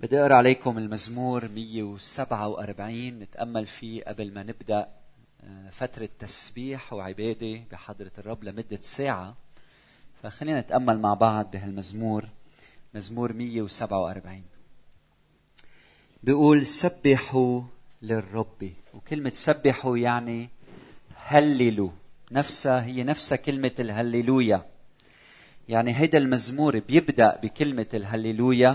بدي أقرأ عليكم المزمور 147 نتأمل فيه قبل ما نبدأ فترة تسبيح وعبادة بحضرة الرب لمدة ساعة. فخلينا نتأمل مع بعض بهالمزمور. مزمور 147 بيقول سبحوا للرب، وكلمة سبحوا يعني هللوا، هي نفسها كلمة الهللويا. يعني هيدا المزمور بيبدأ بكلمة الهللويا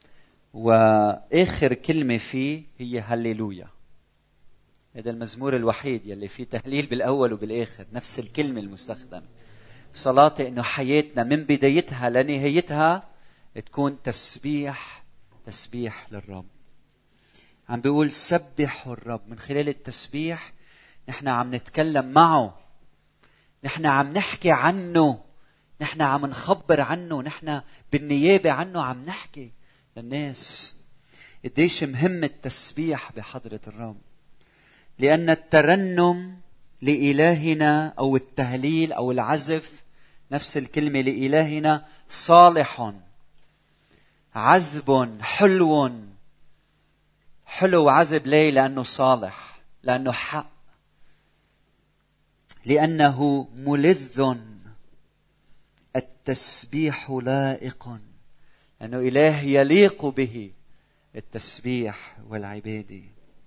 وآخر كلمة فيه هي هللويا. هذا المزمور الوحيد يلي فيه تهليل بالأول وبالآخر، نفس الكلمة المستخدمة. صلاتي إنه حياتنا من بدايتها لنهايتها تكون تسبيح للرب. عم بيقول سبحوا الرب. من خلال التسبيح نحن عم نتكلم معه، نحن عم نحكي عنه، نحن عم نخبر عنه، نحن بالنيابة عنه عم نحكي للناس قديش مهم التسبيح بحضرة الرب. لأن الترنم لإلهنا أو التهليل أو العزف، نفس الكلمة لإلهنا، صالح عذب حلو عذب. ليه؟ لأنه صالح، لأنه حق، لأنه ملذ. التسبيح لائق، لأنه إله يليق به التسبيح والعبادة.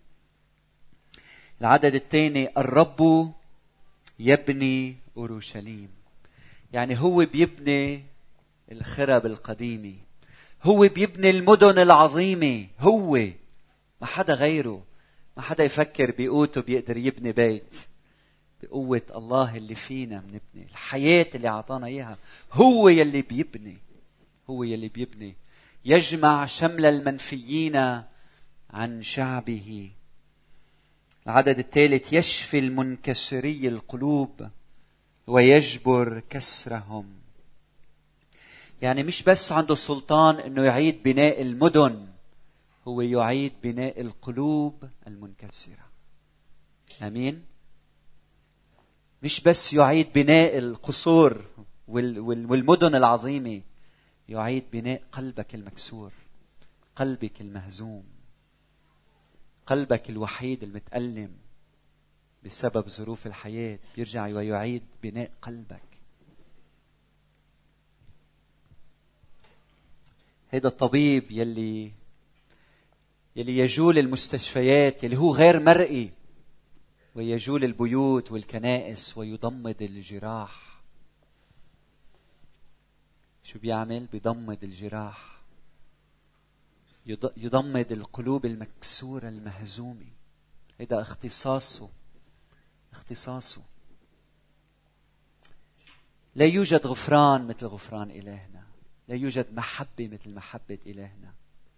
العدد الثاني، الرب يبني أورشليم. يعني هو بيبني الخرب القديمة، هو بيبني المدن العظيمة. هو ما حدا غيره، ما حدا يفكر بقوته بيقدر يبني بيت. بقوة الله اللي فينا بنبني الحياة اللي أعطانا إياها. هو يلي بيبني، يجمع شمل المنفيين عن شعبه. العدد الثالث، يشفي المنكسري القلوب ويجبر كسرهم. يعني مش بس عنده سلطان انه يعيد بناء المدن، هو يعيد بناء القلوب المنكسرة. امين. مش بس يعيد بناء القصور والمدن العظيمة، يعيد بناء قلبك المكسور، قلبك المهزوم، قلبك الوحيد المتألم بسبب ظروف الحياة. يرجع ويعيد بناء قلبك. هذا الطبيب يلي يجول المستشفيات، يلي هو غير مرئي، ويجول البيوت والكنائس ويضمد الجراح. شو بيعمل؟ بيضمد الجراح، يضمد القلوب المكسورة المهزومة. هذا اختصاصه. لا يوجد غفران مثل غفران إلهنا، لا يوجد محبة مثل محبة إلهنا،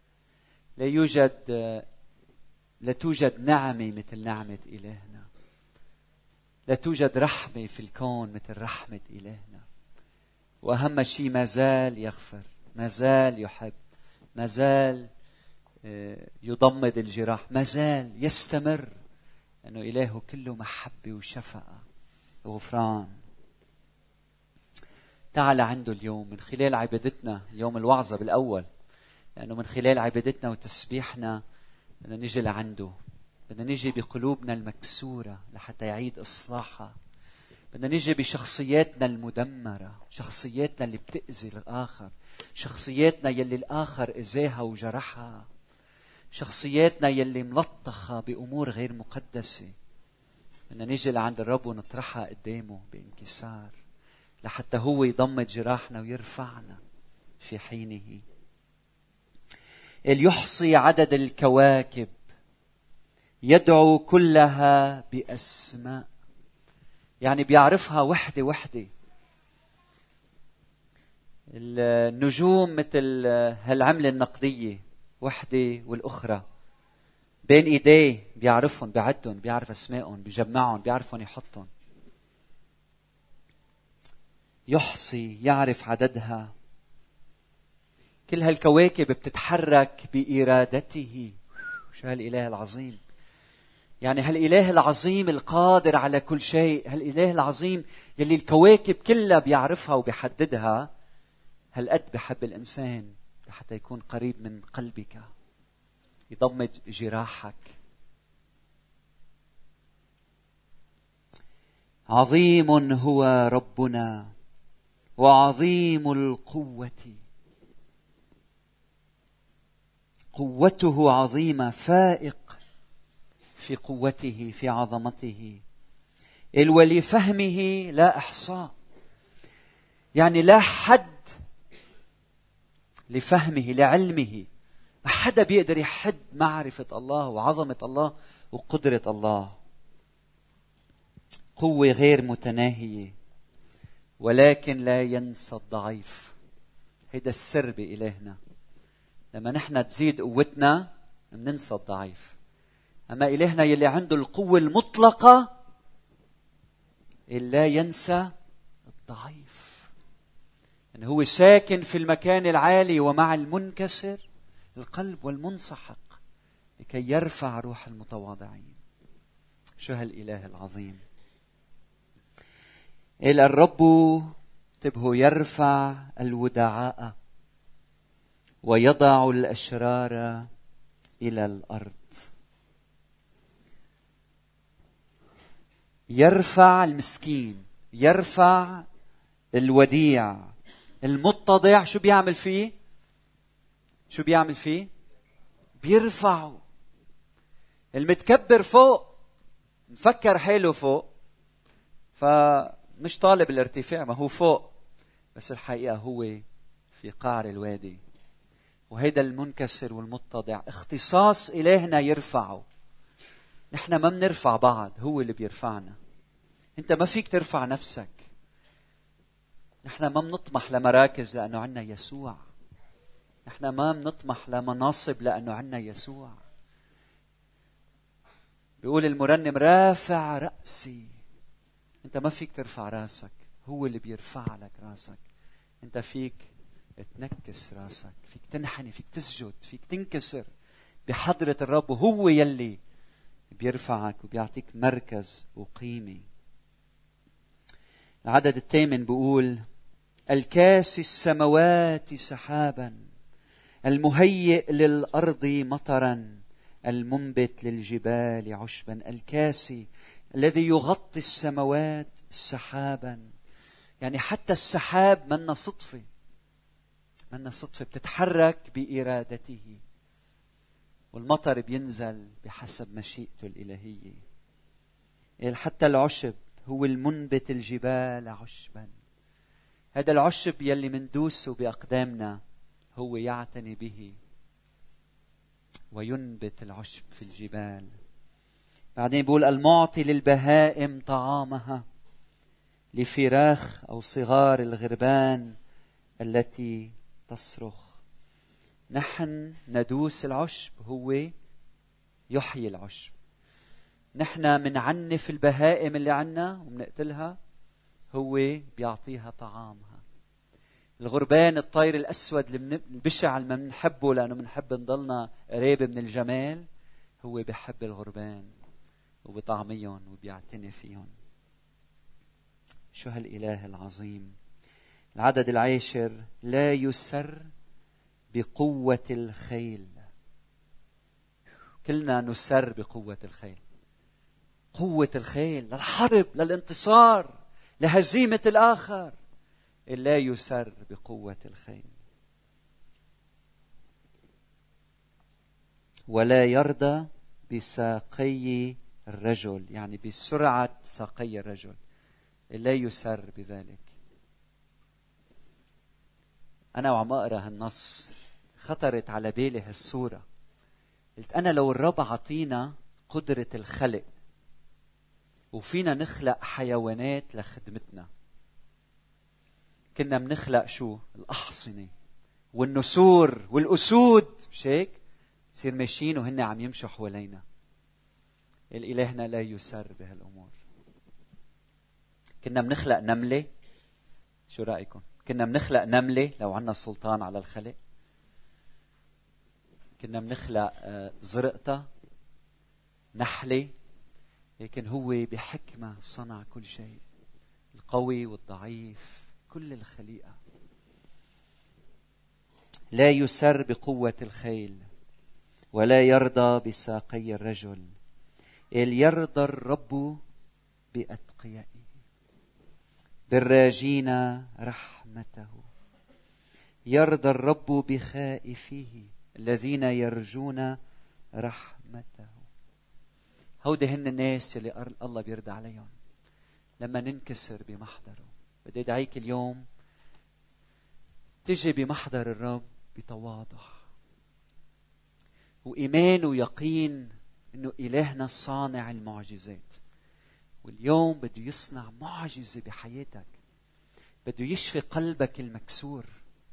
لا توجد نعمة مثل نعمة إلهنا، لا توجد رحمة في الكون مثل رحمة إلهنا. وأهم شيء، ما زال يغفر، ما زال يحب، ما زال يضمد الجراح، ما زال يستمر، لأنه إله كله محبة وشفقة وغفران. تعال عنده اليوم من خلال عبادتنا، يوم الوعظة بالأول، لأنه من خلال عبادتنا وتسبيحنا بدنا نجي لعنده، بدنا نجي بقلوبنا المكسورة لحتى يعيد إصلاحها. بدنا نجي بشخصياتنا المدمرة، شخصياتنا اللي بتأذي الآخر، شخصياتنا يلي الآخر إذاها وجرحها، شخصياتنا يلي ملطخة بأمور غير مقدسة. بدنا نجي لعند الرب ونطرحها قدامه بانكسار لحتى هو يضمد جراحنا ويرفعنا في حينه. يحصي عدد الكواكب، يدعو كلها بأسماء. يعني بيعرفها وحدة وحدة. النجوم مثل هالعملة النقدية، وحدة والأخرى بين إيديه، بيعرفهم، بيعدهم، بيعرف أسمائهم، بيجمعهم، بيعرفهم يحطهم. يحصي، يعرف عددها. كل هالكواكب بتتحرك بإرادته. شو هالإله العظيم! يعني هالإله العظيم القادر على كل شيء، هالإله العظيم يلي الكواكب كلها بيعرفها وبيحددها، هالقد بحب الإنسان لحتى يكون قريب من قلبك يضمد جراحك. عظيم هو ربنا وعظيم القوة، قوته عظيمة، فائق في قوته، في عظمته. ولفهمه لا إحصاء، يعني لا حد لفهمه، لعلمه. ما حدا بيقدر يحد معرفة الله وعظمة الله وقدرة الله. قوة غير متناهية، ولكن لا ينسى الضعيف. هيدا السر بإلهنا. لما نحن تزيد قوتنا مننسى الضعيف. أما إلهنا يلي عنده القوة المطلقة لا ينسى الضعيف. يعني هو ساكن في المكان العالي ومع المنكسر القلب والمنسحق لكي يرفع روح المتواضعين. شو هالإله العظيم. الرب انتبهوا يرفع الودعاء ويضع الأشرار إلى الأرض. يرفع المسكين، يرفع الوديع، المتضع. شو بيعمل فيه؟ شو بيعمل فيه؟ بيرفعه. المتكبر فوق، مفكر حاله فوق، فمش طالب الارتفاع، ما هو فوق، بس الحقيقة هو في قعر الوادي. وهيدا المنكسر والمتضع اختصاص إلهنا يرفعه. نحن ما بنرفع بعض، هو اللي بيرفعنا. انت ما فيك ترفع نفسك. نحن ما بنطمح لمراكز لأنه عنا يسوع. نحن ما بنطمح لمناصب لأنه عنا يسوع. بيقول المرنم رافع رأسي. انت ما فيك ترفع راسك، هو اللي بيرفع لك راسك. انت فيك تنكس راسك، فيك تنحني، فيك تسجد، فيك تنكسر بحضرة الرب، وهو يلي بيرفعك وبيعطيك مركز وقيمة. العدد 8 بيقول الكاسي السماوات سحابا، المهيئ للأرض مطرا، المنبت للجبال عشبا. الكاسي الذي يغطي السماوات سحابا. يعني حتى السحاب منا صدفة، منا صدفة، بتتحرك بإرادته. والمطر بينزل بحسب مشيئته الإلهية. حتى العشب هو المنبت الجبال عشبا. هذا العشب يلي مندوسه بأقدامنا هو يعتني به وينبت العشب في الجبال. بعدين بيقول المعطي للبهائم طعامها، لفراخ أو صغار الغربان التي تصرخ. نحن ندوس العشب، هو يحيي العشب. نحن منعنف البهائم اللي عنا ومنقتلها، هو بيعطيها طعامها. الغربان، الطير الأسود البشع اللي بنحبه لأنه بنحب نضلنا قريب من الجمال، هو بيحب الغربان وبطعميهم وبيعتني فيهم. شو هالإله العظيم. العدد 10 لا يسر بقوة الخيل. كلنا نسر بقوة الخيل. قوة الخيل للحرب، للانتصار، لهزيمة الآخر. لا يسر بقوة الخيل. ولا يرضى بساقي الرجل، يعني بسرعة ساقي الرجل. لا يسر بذلك. أنا وعم أقرأ هالنص خطرت على بالي هالصورة. قلت أنا لو الرب عطينا قدرة الخلق وفينا نخلق حيوانات لخدمتنا، كنا منخلق شو؟ الأحصنة والنسور والأسود، مش هيك؟ يصير ماشيين وهن عم يمشوا حوالينا. الإلهنا لا يسر بهالأمور. كنا منخلق نملة. شو رأيكم؟ كنا منخلق نملة لو عنا سلطان على الخلق. كنا منخلق زرقة، نحلة. لكن هو بحكمة صنع كل شيء، القوي والضعيف، كل الخليقة. لا يسر بقوة الخيل ولا يرضى بساقي الرجل. يرضى الرب بأتقيائه بالراجين رحمته. يرضى الرب بخائفيه الذين يرجون رحمته. هودي هن الناس اللي الله بيرضى عليهم لما ننكسر بمحضره. بدي أدعيك اليوم تجي بمحضر الرب بتواضع وإيمان ويقين إنه إلهنا صانع المعجزات، واليوم بده يصنع معجزة بحياتك. بده يشفي قلبك المكسور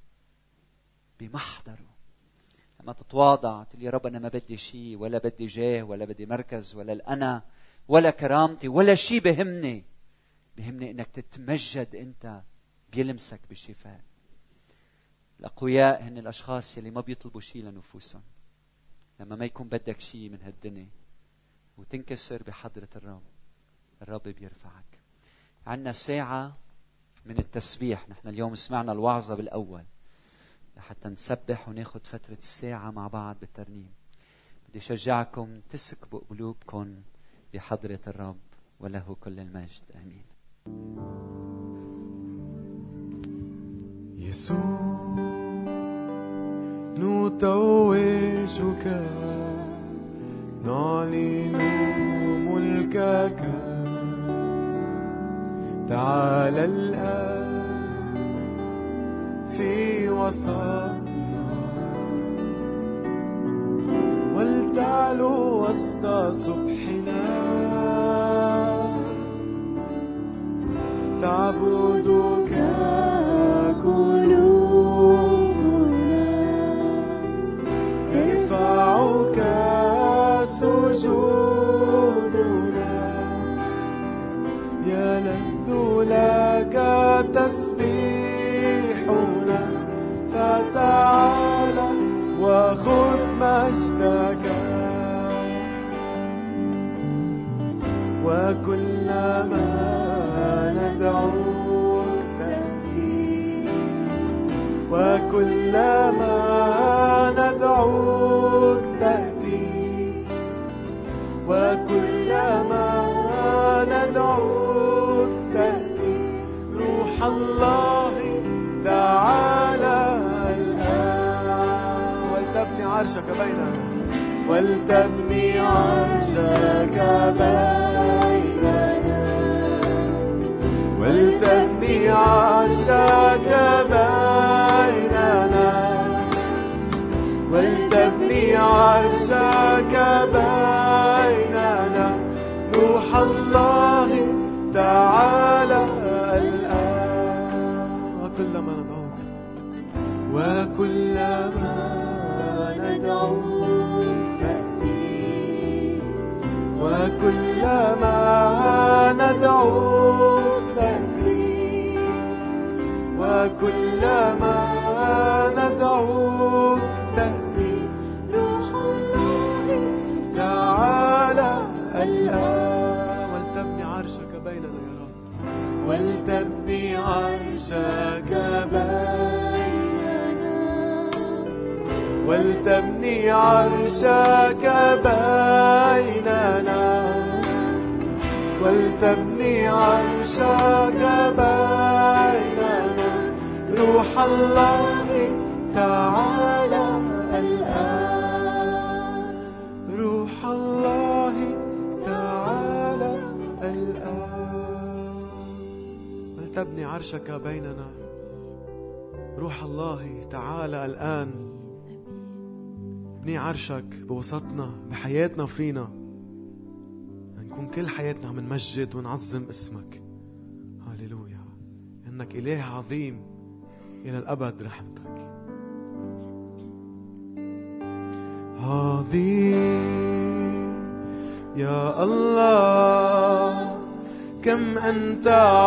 بمحضره. لما تتواضع تقول يا رب أنا ما بدي شيء، ولا بدي جاه، ولا بدي مركز، ولا الأنا، ولا كرامتي، ولا شيء بهمني إنك تتمجد أنت. بيلمسك بالشفاء. الأقوياء هن الأشخاص اللي ما بيطلبوا شيء لنفوسهم. لما ما يكون بدك شيء من هالدنيا وتنكسر بحضرة الرب بيرفعك. عنا ساعة من التسبيح. نحن اليوم سمعنا الوعظة بالأول لحتى نسبح وناخد فترة الساعة مع بعض بالترنيم. بدي أشجعكم تسكبوا قلوبكم بحضرة الرب وله كل المجد. آمين. يسوع نتوجك، نعلن ملكك. تعال الآن في وسطنا، ولتعلو وسط صبحنا. تعبدك قلوبنا، ارفعك سجودنا. يلذ لك تسبيحنا، فتعال وخذ مجدك. وكلما ندعوك تأتي، وكلما ندعوك تأتي، وكلما ندعوك تأتي. روح الله تعالى الآن، ولتبني عرشك بيننا، ولتبني عرشك بيننا، ولتبني عرشك بيننا، ولتبني عرشك بيننا. روح الله تعالى الآن. وكلما ندعوك، وكلما ندعوك تأتي، وكلما ندعوك تأتي، وكلما ندعوك تأتي. روح الله تعالى الآن. ولتبني عرشك بيننا يا رب، ولتبني عرشك بيننا، ولتبني عرشك بيننا، ولتبني عرشك بيننا. روح الله تعالى الآن، روح الله تعالى الآن. ولتبني عرشك بيننا. روح الله تعالى الآن. ابني عرشك بوسطنا، بحياتنا وفينا. نكون كل حياتنا عم نمجد ونعظم اسمك. هاليلويا، إنك إله عظيم إلى الأبد. رحمتك عظيم يا الله، كم أنت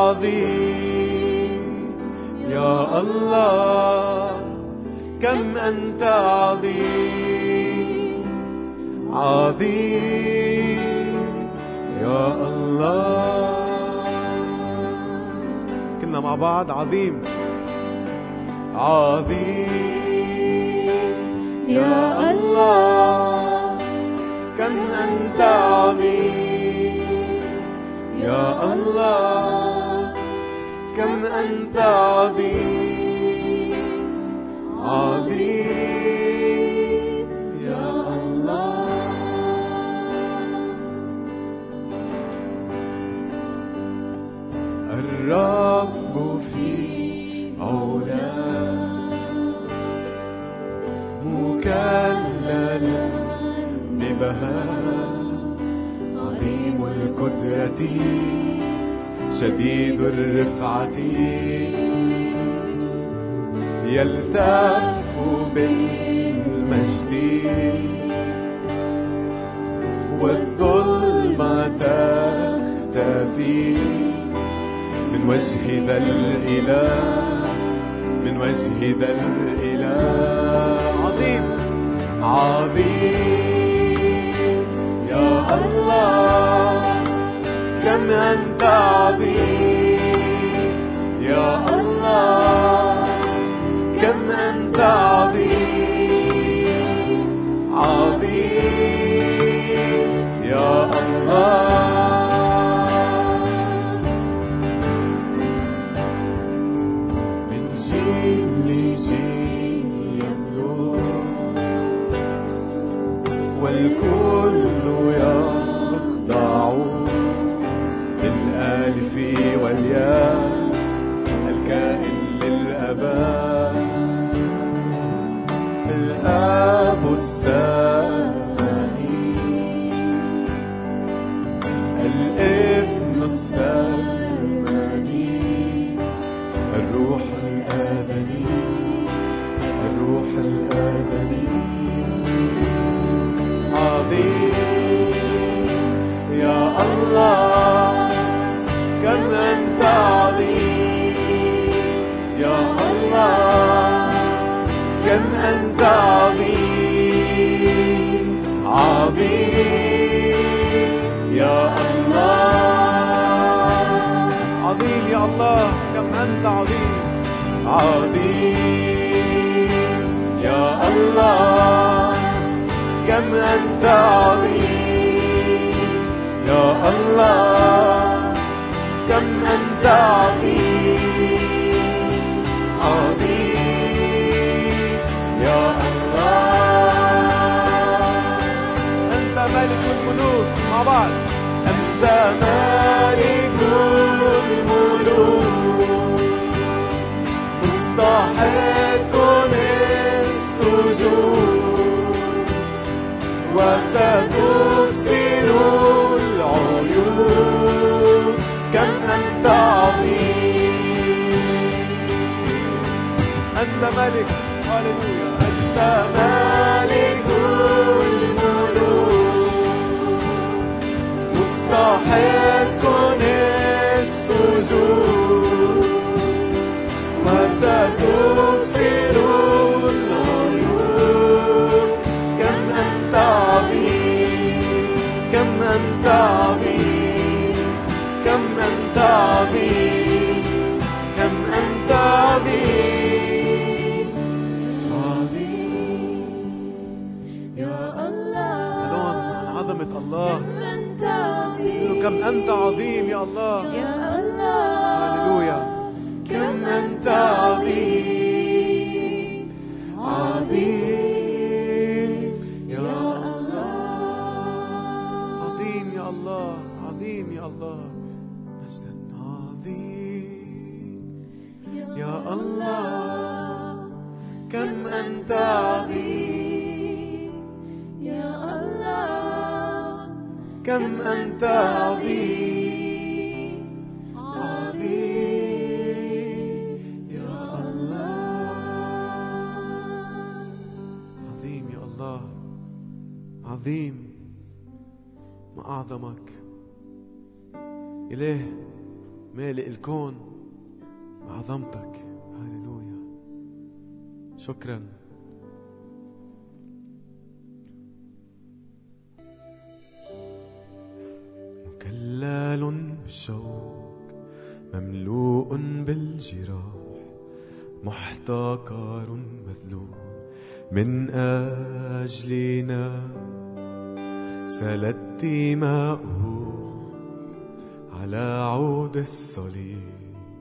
عظيم يا الله، كم أنت عظيم، عظيم يا الله. كنا مع بعض. عظيم، عظيم يا الله، يا الله كم أنت عظيم عظيم يا الله. الرب في علاه مكللا ببهاء عظيم القدرة شديد الرفعة يلتف بالمجد والظلمة تختفي من وجه ذا الإله من وجه ذا الإله. عظيم عظيم يا الله كم أنت عظيم يا الله كم أنت عظيم عظيم يا الله. من جيل لجيل يملك والكل يخضع للألف والياء الكائن للأباء الآب السمائي الابن السمائي الروح الآذني الروح الآذني. عظيم يا الله كم أنت عظيم يا الله كم أنت عظيم عظيم يا الله. عظيم يا الله كم أنت عظيم عظيم يا الله كم أنت عظيم يا الله كم أنت عظيم عظيم يا الله. أنت ملك الملوك مع بعض. أنت ملك الملوك مستحق السجود وستبصر العيون كم أنت عظيم. أنت ملك هاليلويا. أنت ملك الملوك مستحق السجود وستبصر العيون كم أنت عظيم كم أنت عظيم كم أنت عظيم كم أنت عظيم عظيم يا الله. عن عظمة الله كم أنت عظيم يا الله يا الله. هاليلويا. كم أنت عظيم عظيم يا الله. عظيم يا الله عظيم يا الله. مجدا عظيم يا الله كم أنت عظيم يا الله كم أنت عظيم عظيم يا الله. عظيم يا الله عظيم. ما أعظمك إله مالئ الكون بعظمتك. هاليلويا. شكرا. مكلل بالشوق مملوء بالجراح محتقر مذلول من أجلنا سلت دماؤه على عود الصليب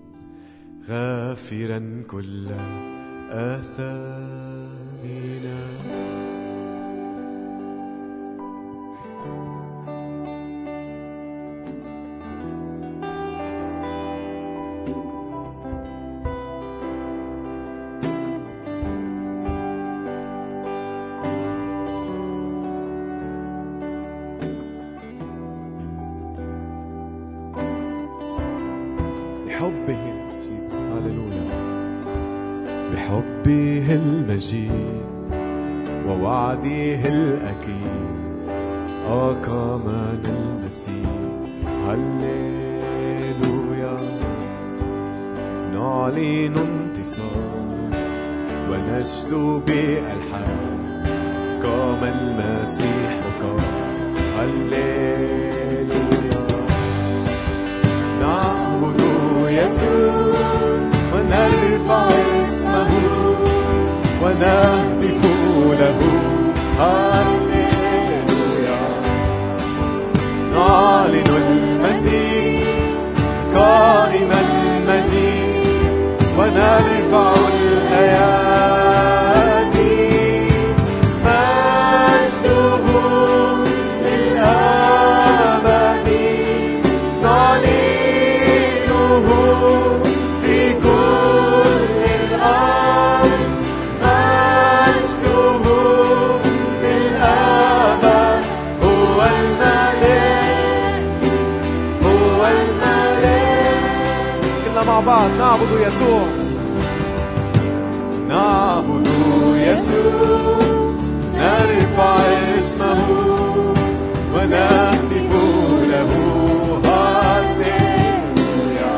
غافرا كل آثامنا. بحبه المجيد ووعده الأكيد أقامنا المسيح. هللويا. نعلن انتصار ونجد بألحان قام المسيح قام. هللويا. نعبد يسوع ونرفع اسمه ونهتف له. هللويا. نعلن المسيح قائما مجيد ونرفع الأيادي. مجده للأبد نعلنه في كل الأرض. مجده للأبد هو الملك هو الملك. كلنا مع بعض نعبد يسوع. نعبد يسوع نرفع اسمه ونهتف له. هللويا.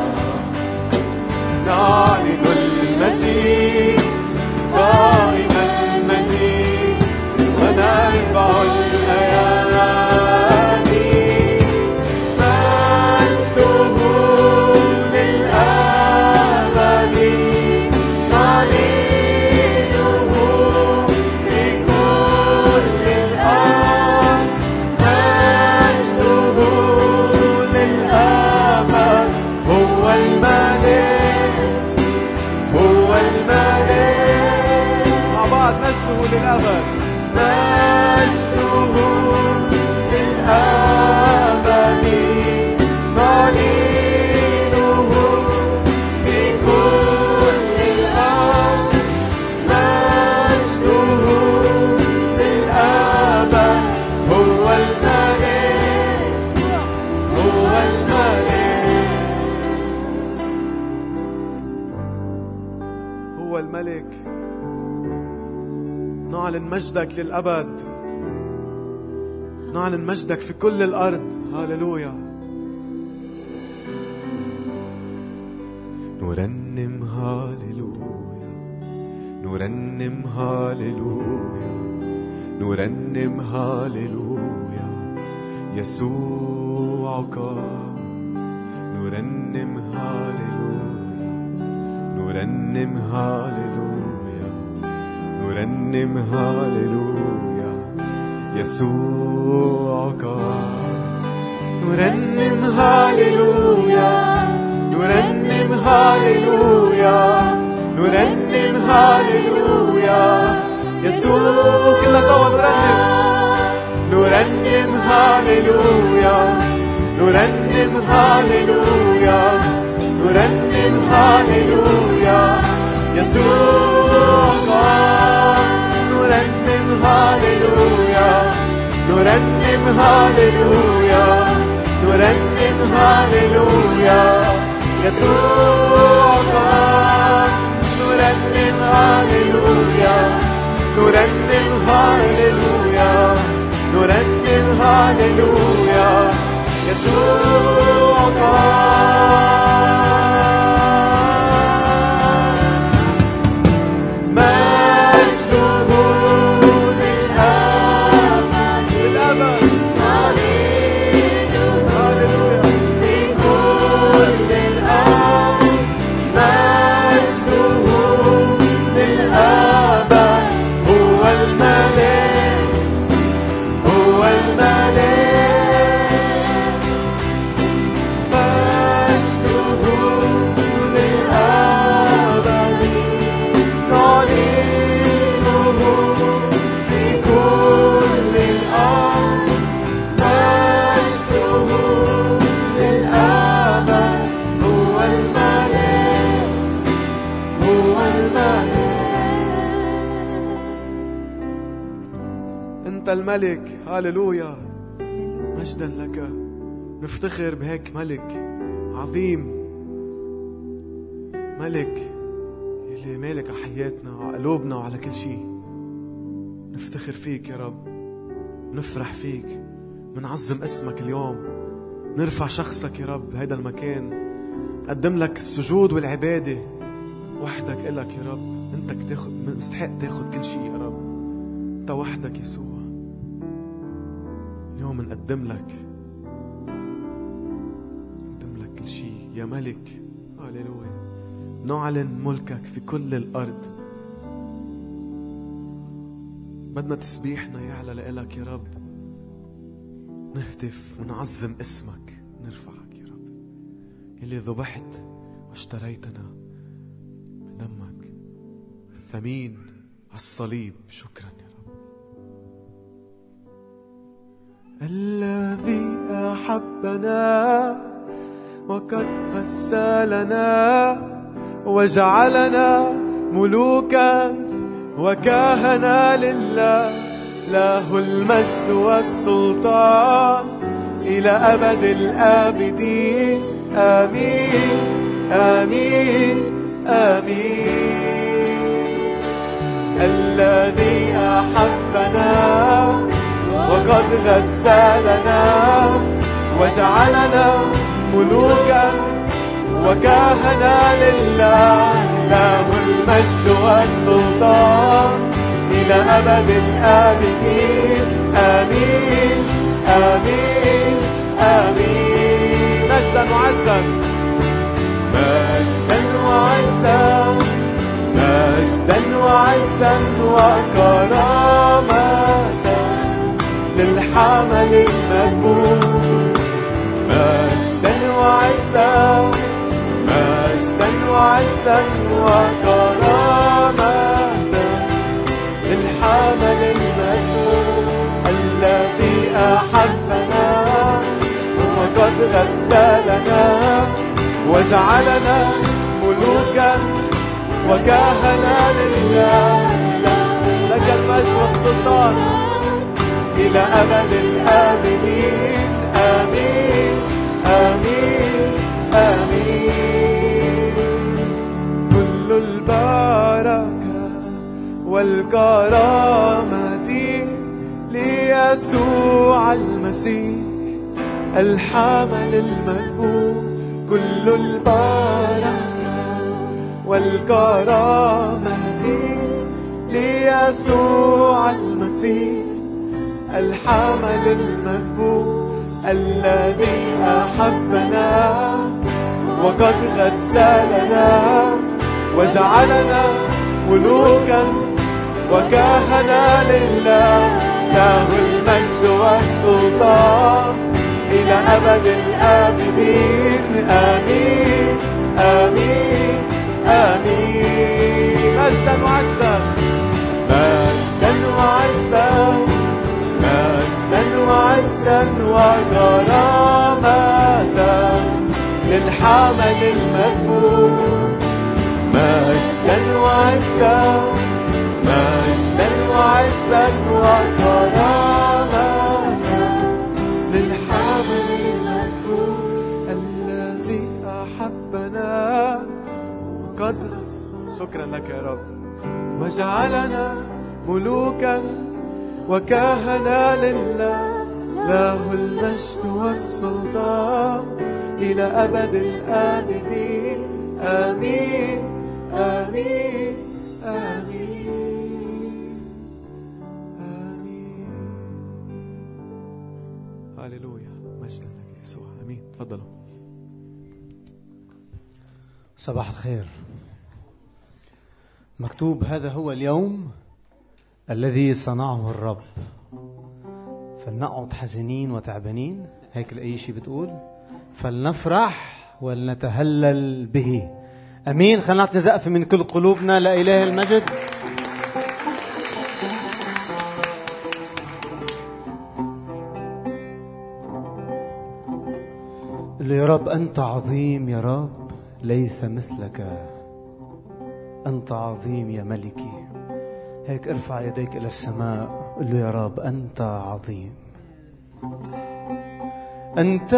نعلن المسيح قائما مجيد ونرفع الأيادي. مجده للأبد نعلنه في كل الأرض. مجده للأبد هو الملك هو الملك. مع بعض مجده للأبد. مجده للأبد نعلنه في كل الأرض. مجده للأبد هو الملك هو الملك هو الملك. نعلن مجدك للأبد. نعلن مجدك في كل الأرض. هاللويا. نرنم هاللويا نرنم هاللويا نرنم هاللويا. يسوع قام. نرنم هاللويا نرنم هاللويا نرنم هاللويا. يسوع قام. نرنم هاللويا نرنم هاللويا نرنم هاللويا. يسوع. كلنا سوا نرنم هاللويا نرنم هاللويا نرنم هاللويا. يسوع قام. نرنم هاللويا نرنم هاللويا نرنم هاللويا. يسوع قام. نرنم هاللويا نرنم هاللويا نرنم هاللويا. يسوع قام. مجده للأبد هاللويا في كل الأرض. مجده للأبد هو الملك هو الملك. أنت الملك. هاليلويا، مجدا لك. نفتخر بهيك ملك عظيم، ملك اللي مالك على حياتنا وعلى قلوبنا وعلى كل شيء. نفتخر فيك يا رب، نفرح فيك، منعظم اسمك اليوم، نرفع شخصك يا رب بهذا المكان، نقدم لك السجود والعبادة وحدك إلك يا رب. أنت مستحق تاخد كل شيء يا رب، أنت وحدك يسوع. اليوم نقدم لك كل شيء يا ملك. هاليلويا، نعلن ملكك في كل الأرض. بدنا تسبيحنا يعلى لإلك يا رب، نهتف ونعظم اسمك، نرفعك يا رب اللي ذبحت واشتريتنا بدمك الثمين على الصليب. شكرا يا رب. الذي أحبنا وقد غسلنا وجعلنا ملوكا وكهنة لله، له المجد والسلطان إلى أبد الآبدين. آمين آمين آمين. الذي أحبنا وقد غسلنا وجعلنا ملوكا وكهنة لله، له المجد والسلطان إلى أبد الآبدين. آمين آمين آمين. مجدا وعزا، مجدا وعزا، مجدا وعزا وكرامة للحمل المذبوح. مجدا وعزا، مجدا وعزا وكرامة للحمل المذبوح. الذي أحبنا وقد غسلنا وجعلنا ملوكا وكهنة لله، لك المجد والسلطان إلى أبد الآبدين. آمين آمين آمين. كل البركة والكرامة ليسوع المسيح الحمل المذبوح. كل البركة والكرامة ليسوع المسيح الحمل المذبوح. الذي أحبنا وقد غسلنا وجعلنا ملوكا وكهنة لله، له المجد والسلطان إلى أبد الآبدين. آمين آمين آمين. مجدا وعزا، مجدا وعزا، مجدا وعزا وكرامة للحمل المذبوح. مجدا وعزا، مجدا وعزا وكرامة للحمل المذبوح. الذي أحبنا وقد شكرا لك يا رب وجعلنا ملوكا وكهنة لله، له المجد والسلطان إلى أبد الآبدين. آمين آمين آمين آمين. هاليلويا، مجدا لك يا يسوع. آمين. تفضلوا. صباح الخير. مكتوب هذا هو اليوم الذي صنعه الرب، فلنقعد حزنين وتعبانين. هيك لأي شيء بتقول فلنفرح ولنتهلل به. أمين. خلنا نعطي زقف من كل قلوبنا لإله المجد. يا رب أنت عظيم، يا رب ليس مثلك، أنت عظيم يا ملكي. هيك ارفع يديك إلى السماء قل له يا رب أنت عظيم، أنت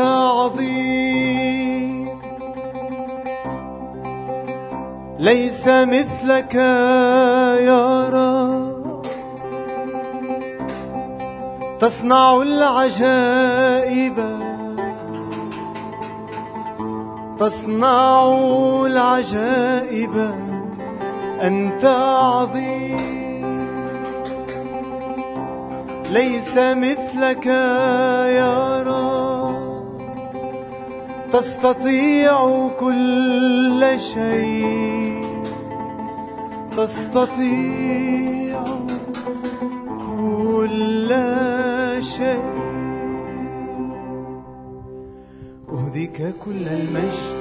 عظيم، ليس مثلك يا رب، تصنع العجائب، تصنع العجائب، أنت عظيم، ليس مثلك يا رب، تستطيع كل شيء، تستطيع كل شيء. أهديك كل المجد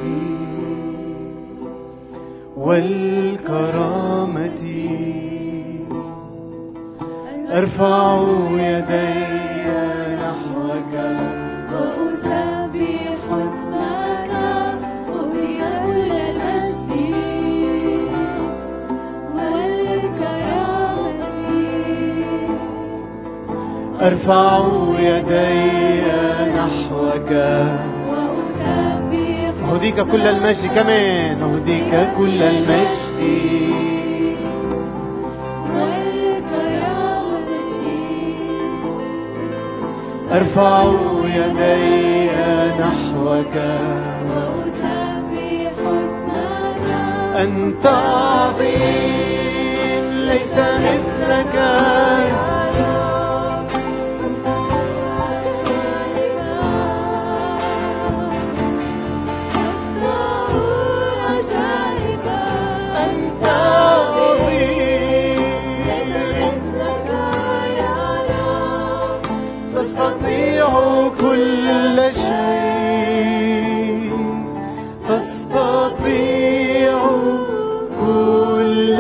والكرامة، أرفع يدي نحوك وأسبح اسمك. أهديك كل المجد والكرامة، أرفع يدي نحوك أهديك كل المجد. كمان أهديك كل المجد والكرامة، أرفع يدي نحوك وأسبح اسمك. أنت عظيم، ليس مثلك تستطيع كل شيء، تستطيع كل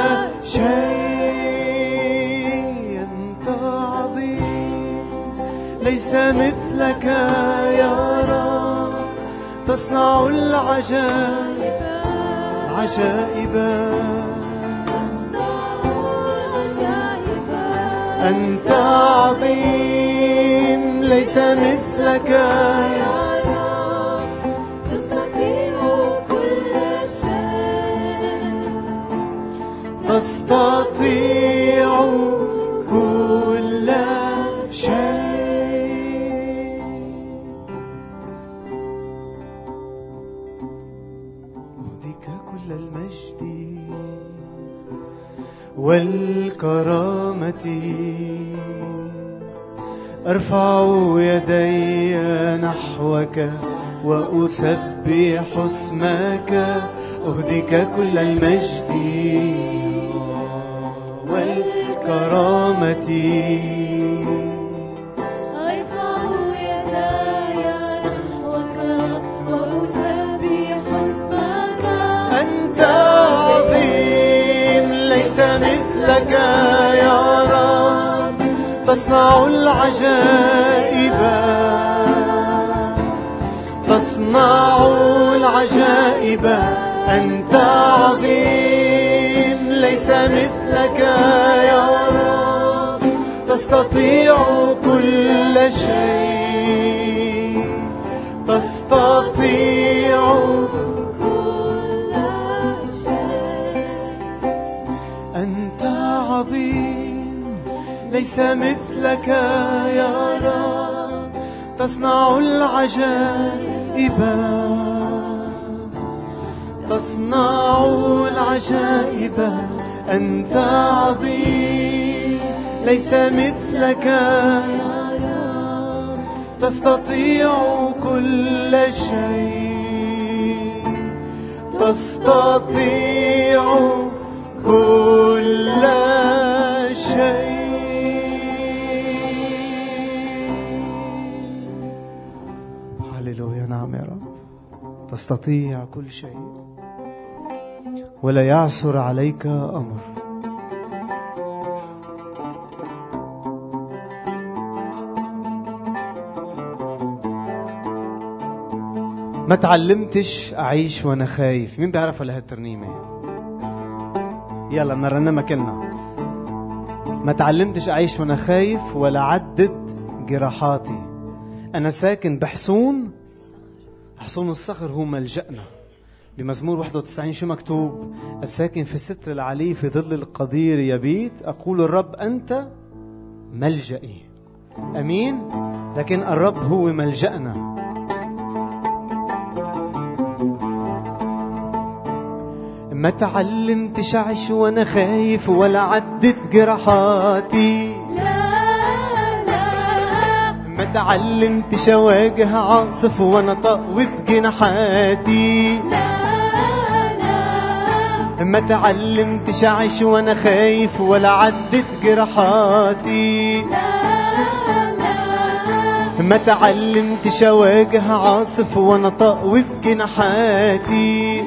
شيء. أنت عظيم، ليس مثلك يا رب، تصنع العجائب، عجائب، أنت عظيم، ليس مثلك يا رب، تستطيع كل شيء، تستطيع كل شيء. أهديك كل المجد والكرامة، أرفع يدي نحوك وأسبح اسمك. أهديك كل المجد والكرامة، أرفع يدي نحوك وأسبح اسمك. أنت عظيم، ليس مثلك يا رب، تصنع العجائب، تصنع العجائب. أنت عظيم، ليس مثلك يا رب، تستطيع كل شيء، تستطيع كل شيء. أنت عظيم، ليس مثلك يا رب، تصنع العجائب، تصنع العجائب. أنت عظيم، ليس مثلك يا رب، تستطيع كل شيء، تستطيع كل شيء. هللويا. نعم يا رب، تستطيع كل شيء ولا يعثر عليك أمر. ما تعلمتش أعيش وأنا خايف. مين بيعرف على هالترنيمة؟ يلا نرنمها كلنا. ما تعلمتش أعيش وأنا خايف ولا عدد جراحاتي. أنا ساكن بحصون الصخر هو ملجأنا. بمزمور 91 شو مكتوب؟ الساكن في الستر العلي في ظل القدير يبيت، أقول الرب أنت ملجئي. أمين. لكن الرب هو ملجأنا. ما تعلمتش أعيش وأنا خايف ولا عدت جراحاتي. ما تعلمتش أواجه عاصف وأنا طاوي بجناحاتي. ما تعلمتش أعيش وأنا خايف ولا عدت جراحاتي. ما تعلمتش أواجه عاصف وأنا طاوي بجناحاتي.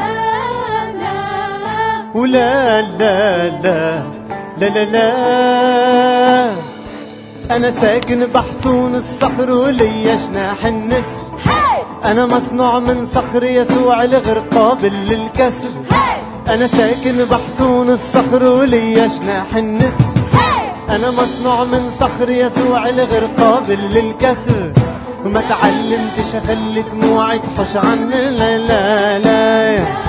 ولا لا لا لا لا لا، أنا ساكن بحصون الصخر وليا جناح النسر. أنا مصنوع من صخر يسوع الغير قابل للكسر. أنا ساكن بحصون الصخر وليا جناح النسر. أنا مصنوع من صخر يسوع الغير قابل للكسر. وما تعلمتش أخلي دموعي تحوش عني. لا لا لا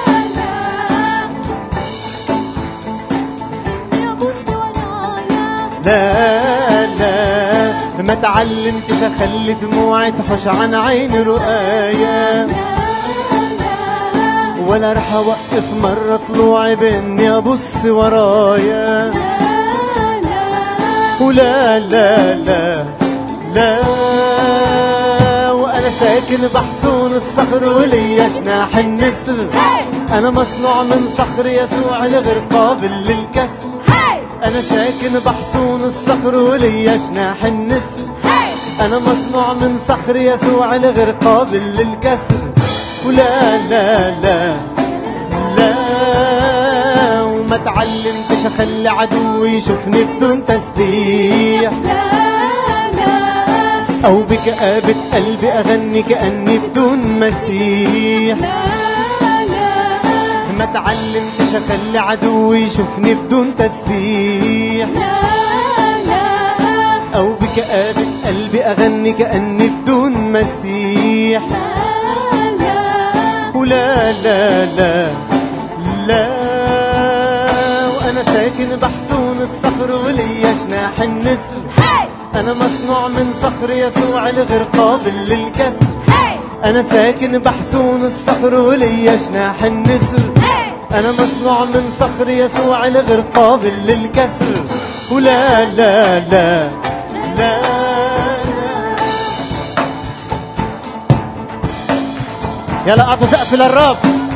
لا لا، ما تعلمتش أخلي دموعي تحوش عن عين رؤايا. ولا رح أوقف مرة طلوعي بإني أبص ورايا. ولا لا لا لا، وأنا ساكن بحصون الصخر وليا جناح النسر. أنا مصنوع من صخر يسوع الغير قابل للكسر. أنا ساكن بحصون الصخر وليا جناح النسر. أنا مصنوع من صخر يسوع الغير قابل للكسر. ولا لا لا لا، وما تعلمتش أخلي عدوي يشوفني بدون تسبيح. أو بكآبة قلبي أغني كأني بدون مسيح. ما تعلمتش أخلي عدوي يشوفني بدون تسبيح. أو بكآبة قلبي أغني كأني بدون مسيح. ولا لا لا لا، وأنا ساكن بحصون الصخر وليا جناح النسر. أنا مصنوع من صخر يسوع الغير قابل للكسر. أنا ساكن بحصون الصخر وليا جناح النسر. أنا مصنوع من صخر يسوع الغير قابل للكسر. ولا لا لا لا، يلا أعطوا سقف للرب.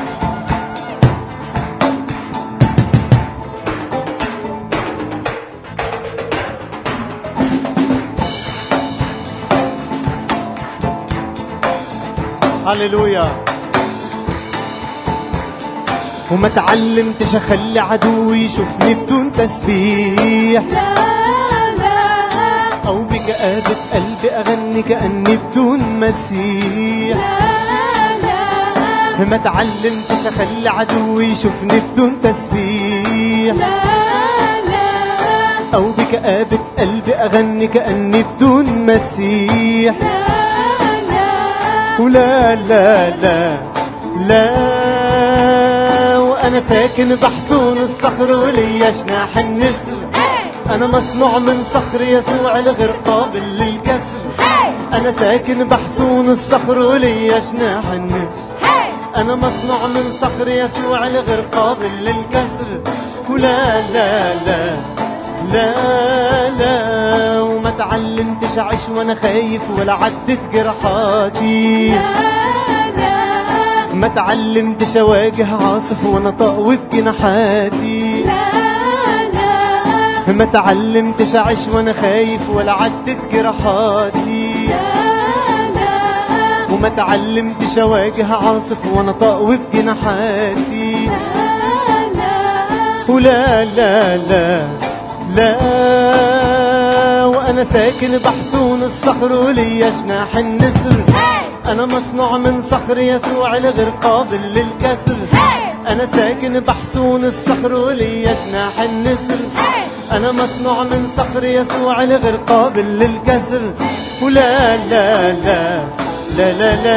هللويا. وما تعلمتش أخلي عدوي يشوفني بدون تسبيح. أو بكآبة قلبي أغني كأني بدون مسيح. ما تعلمتش أخلي عدوي يشوفني بدون تسبيح. أو بكآبة قلبي أغني كأني بدون مسيح. ولا لا لا لا، وأنا ساكن بحصون الصخر وليا جناح النسر. أنا مصنوع من صخر يسوع الغير قابل للكسر. أنا ساكن بحصون الصخر وليا جناح النسر. أنا مصنوع من صخر يسوع الغير قابل للكسر. ولا لا لا لا لا، وما تعلمتش أعيش وأنا خايف ولا عدت جراحاتي. ما تعلمتش أواجه عاصف وأنا طاوي بجناحاتي. ما تعلمتش أعيش وأنا خايف ولا عدت جراحاتي. وما تعلمتش أواجه عاصف وأنا طاوي بجناحاتي. ولا لا لا لا، وأنا ساكن بحصون الصخر وليا جناح النسر. أنا مصنوع من صخر يسوع الغير قابل للكسر. أنا ساكن بحصون الصخر وليا جناح النسر. أنا مصنوع من صخر يسوع الغير قابل للكسر. ولا لا لا لا لا لا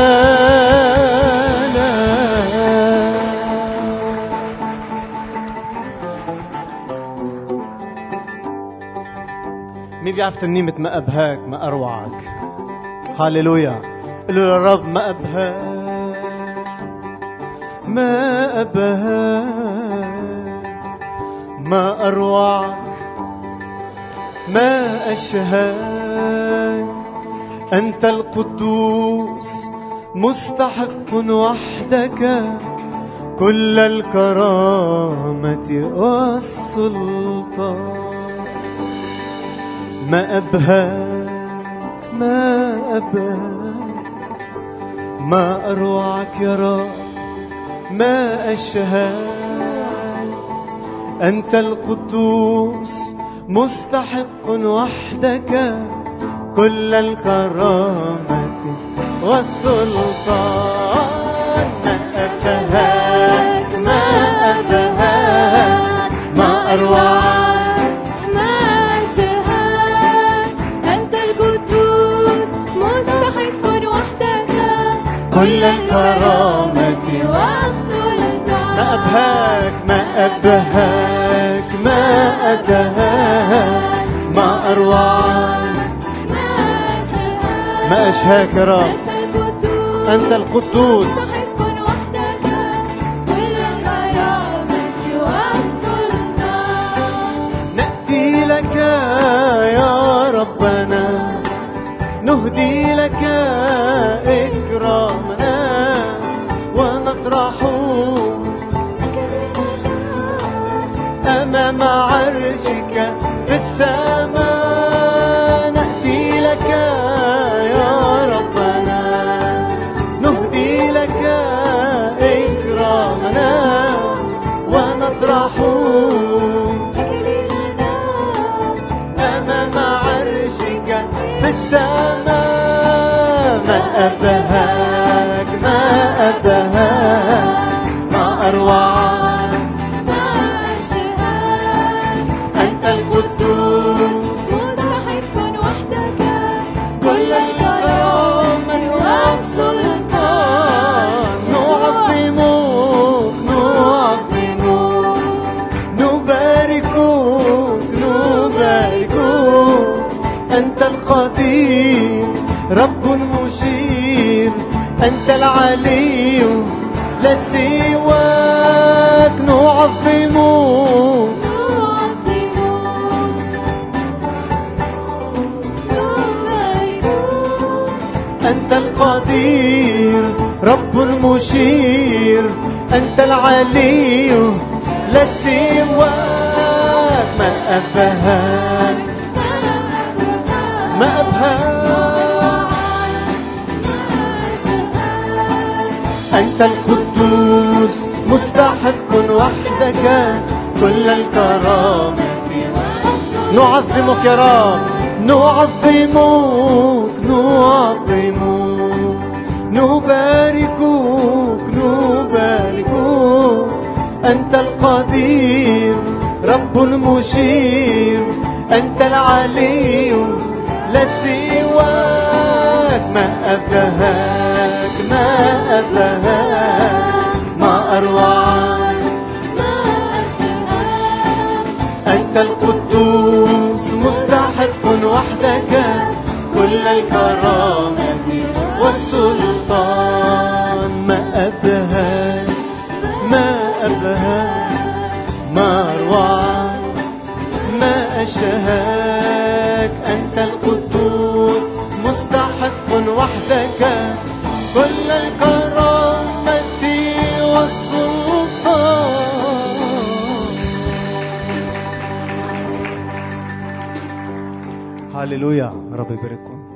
لا, لا. مين بيعرف ترنيمة ما أبهاك ما أروعك؟ هاليلويا. قل له للرب ما أبهاك ما أبهاك ما أروعك ما أشهاك. أنت القدوس مستحق وحدك كل الكرامة والسلطان. ما أبهاك ما أبهاك ما أروعك يا رب ما أشهاك. أنت القدوس مستحق وحدك كل الكرامة والسلطان. ما أبهاك ما أبهاك ما أروعك ما أشهاك. أنت القدوس مستحق وحدك كل الكرامة والسلطان. ما أبهاك ما أبهاك ما أبهاك ما أروعك ما أشهاك يا رب. أنت القدوس مستحق وحدك كل الكرامة والسلطان. نأتي لك يا ربنا نهدي لك إكرامنا ونطرح أمام عرشك في السماء. نأتي لك يا ربنا نهدي لك إكرامنا ونطرح أمام عرشك في السماء. ما أبهاك ما أبهاك ما أروعك ما أشهاك. أنت القدوس مستحق وحدك كل الكرامة والسلطان. نعظمك نعظمك نباركك نباركك. أنت القدير رب مشير. أنت العلي لا سواك. نعظمك أنت القدير رب مشير. أنت العلي لا سواك. ما أبهاك ما أبهاك. أنت القدوس مستحق وحدك كل الكرامة. نعظمك يا رب نعظمك نعظمك نباركك نباركك. أنت القدير رب مشير. أنت العلي لا سواك. ما أبهاك ما أبهاك ما أروعك أنت القدوس مستحق وحدك كل الكرامة والسلطان. ما أبهاك ما أبهاك ما أروعك ما أشهاك. أنت القدوس مستحق وحدك كل الكرامة والسلطان. هاليلويا. رب يبارككم.